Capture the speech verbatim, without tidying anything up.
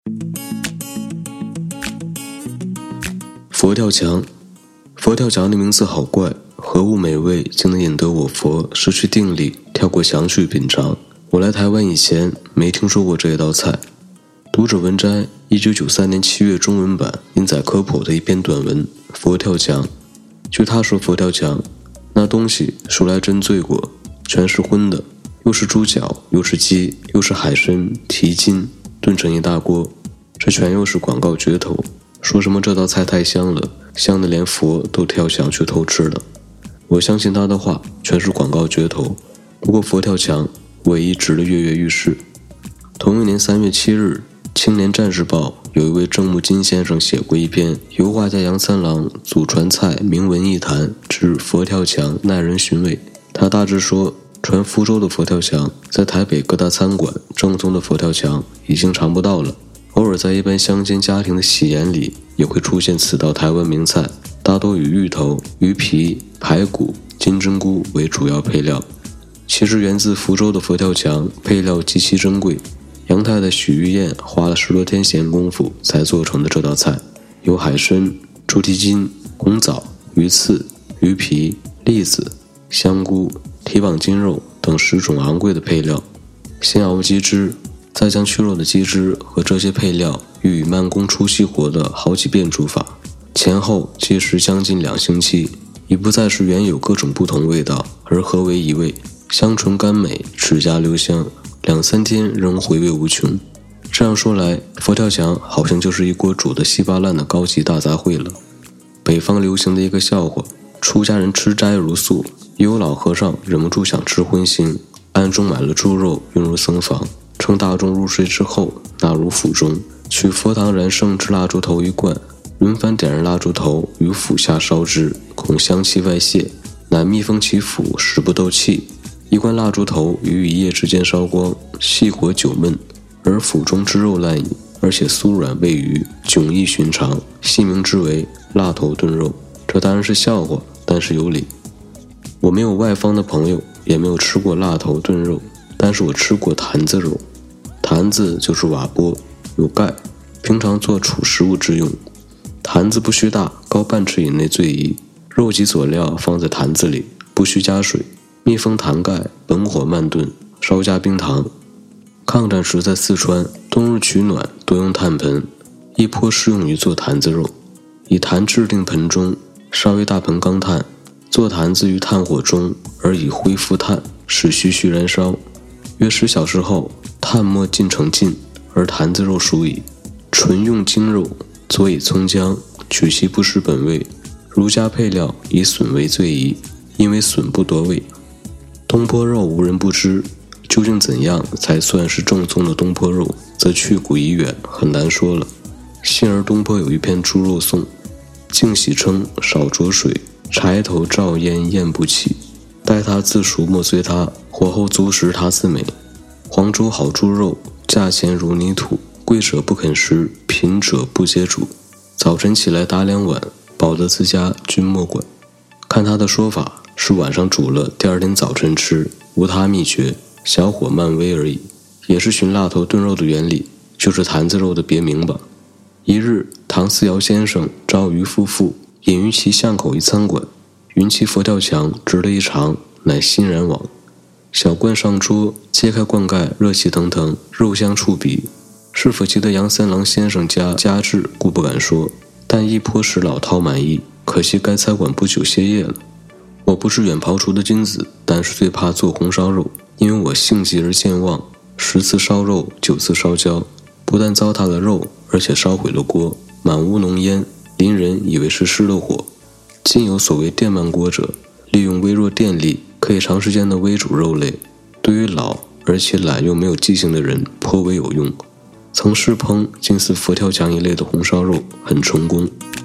佛跳墙，佛跳墙的名字好怪，何物美味竟能引得我佛失去定力，跳过墙去品尝？我来台湾以前没听说过这一道菜。读者文摘一九九三年七月中文版印载科普的一篇短文《佛跳墙》。据他说，佛跳墙那东西说来真罪过，全是荤的，又是猪脚，又是鸡，又是海参、蹄筋，炖成一大锅，这全又是广告噱头。说什么这道菜太香了，香的连佛都跳墙去偷吃了。我相信他的话，全是广告噱头。不过佛跳墙唯一值得跃跃欲试。同一年三月七日，青年战士报有一位郑木金先生写过一篇由画家杨三郎祖传菜名文一谈之佛跳墙耐人寻味。他大致说，传福州的佛跳墙在台北各大餐馆正宗的佛跳墙已经尝不到了，偶尔在一般乡间家庭的喜宴里也会出现此道台湾名菜，大多以芋头、鱼皮、排骨、金针菇为主要配料。其实源自福州的佛跳墙配料极其珍贵，杨太太许玉燕花了十多天闲工夫才做成的这道菜，有海参、猪蹄筋、红枣、鱼刺、鱼皮、栗子、香菇、蹄膀筋肉等十种昂贵的配料。先熬鸡汁，再将去肉的鸡汁和这些配料予以慢工出细活的好几遍煮法，前后计时将近两星期，已不再是原有各种不同味道，而合为一味，香醇甘美，齿颊留香，两三天仍回味无穷。这样说来，佛跳墙好像就是一锅煮得稀巴烂的高级大杂烩了。北方流行的一个笑话，出家人吃斋如素，也有老和尚忍不住想吃荤腥，暗中买了猪肉运入僧房，趁大众入睡之后纳入腹中，取佛堂燃圣之蜡烛头一罐，轮番点燃蜡烛头于腹下烧之，恐香气外泄，乃密封其腹，使不斗气。一罐蜡烛头于一夜之间烧光，细火久焖，而腹中之肉烂矣，而且酥软味余，迥异寻常，戏名之为蜡头炖肉。这当然是笑话，但是有理。我没有外方的朋友，也没有吃过蜡头炖肉，但是我吃过坛子肉。坛子就是瓦钵，有盖，平常做储食物之用。坛子不须大，高半尺以内最宜。肉及佐料放在坛子里，不需加水，密封坛盖，本火慢炖，稍加冰糖。抗战时在四川，冬日取暖多用炭盆，一颇适用于做坛子肉。以坛制定盆中，烧一大盆钢炭，做坛子于炭火中，而以灰覆炭，使徐徐燃烧。约十小时后，炭末尽成尽，而坛子肉熟矣。纯用精肉，佐以葱姜，取其不失本味。如加配料，以笋为最宜，因为笋不多味。东坡肉无人不知，究竟怎样才算是正宗的东坡肉，则去古已远，很难说了。幸而东坡有一篇猪肉颂，净洗称，少着水，柴头照烟焰不起，待它自熟莫催它，火候足时它自美。黄州好猪肉，价钱如泥土，贵者不肯食，贫者不接煮。早晨起来打两碗，饱得自家君莫管。看他的说法是晚上煮了，第二天早晨吃，无他秘诀，小火慢煨而已，也是寻蜡头炖肉的原理，就是坛子肉的别名吧。一日，唐思尧先生召于夫妇饮于其巷口一餐馆，云其佛跳墙值得一尝，乃欣然往。小罐上桌，揭开罐盖，热气腾腾，肉香触鼻。是否记得杨三郎先生家家制，故不敢说，但亦颇使老饕满意。可惜该餐馆不久歇业了。我不是远庖厨的君子，但是最怕做红烧肉，因为我性急而健忘，十次烧肉九次烧焦，不但糟蹋了肉，而且烧毁了锅，满屋浓烟，邻人以为是失了火。今有所谓电慢锅者，利用微弱电力可以长时间的煨煮肉类，对于老而且懒又没有记性的人颇为有用。曾试烹近似佛跳墙一类的红烧肉，很成功。